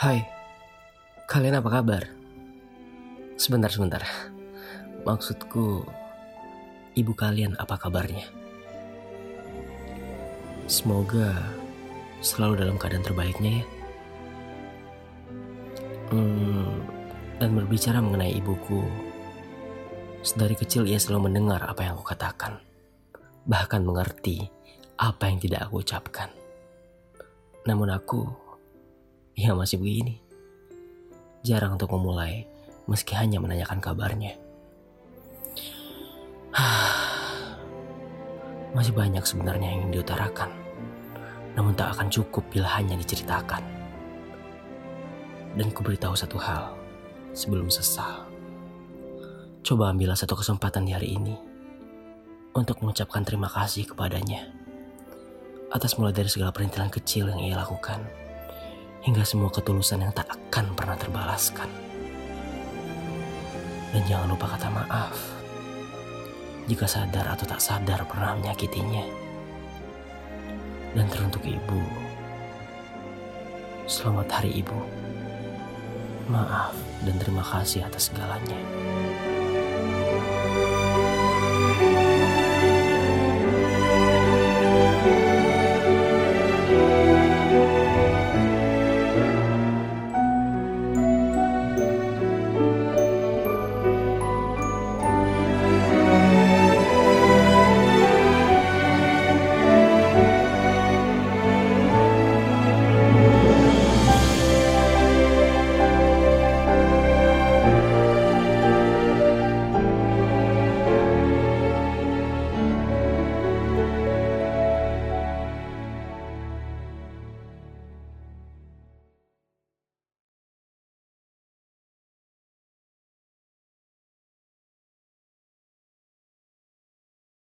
Hai, kalian apa kabar? Sebentar. Maksudku, ibu kalian apa kabarnya? Semoga selalu dalam keadaan terbaiknya ya. Dan berbicara mengenai ibuku, sedari kecil ia selalu mendengar apa yang aku katakan, bahkan mengerti apa yang tidak aku ucapkan. Namun aku, ya masih begini. Jarang untuk memulai, meski hanya menanyakan kabarnya. Masih banyak sebenarnya yang ingin diutarakan, namun tak akan cukup bila hanya diceritakan. Dan ku beritahu satu hal, sebelum sesal. Coba ambillah satu kesempatan di hari ini untuk mengucapkan terima kasih kepadanya atas mulai dari segala perintilan kecil yang ia lakukan, hingga semua ketulusan yang tak akan pernah terbalaskan. Dan jangan lupa kata maaf jika sadar atau tak sadar pernah menyakitinya. Dan teruntuk ibu, selamat hari ibu. Maaf dan terima kasih atas segalanya.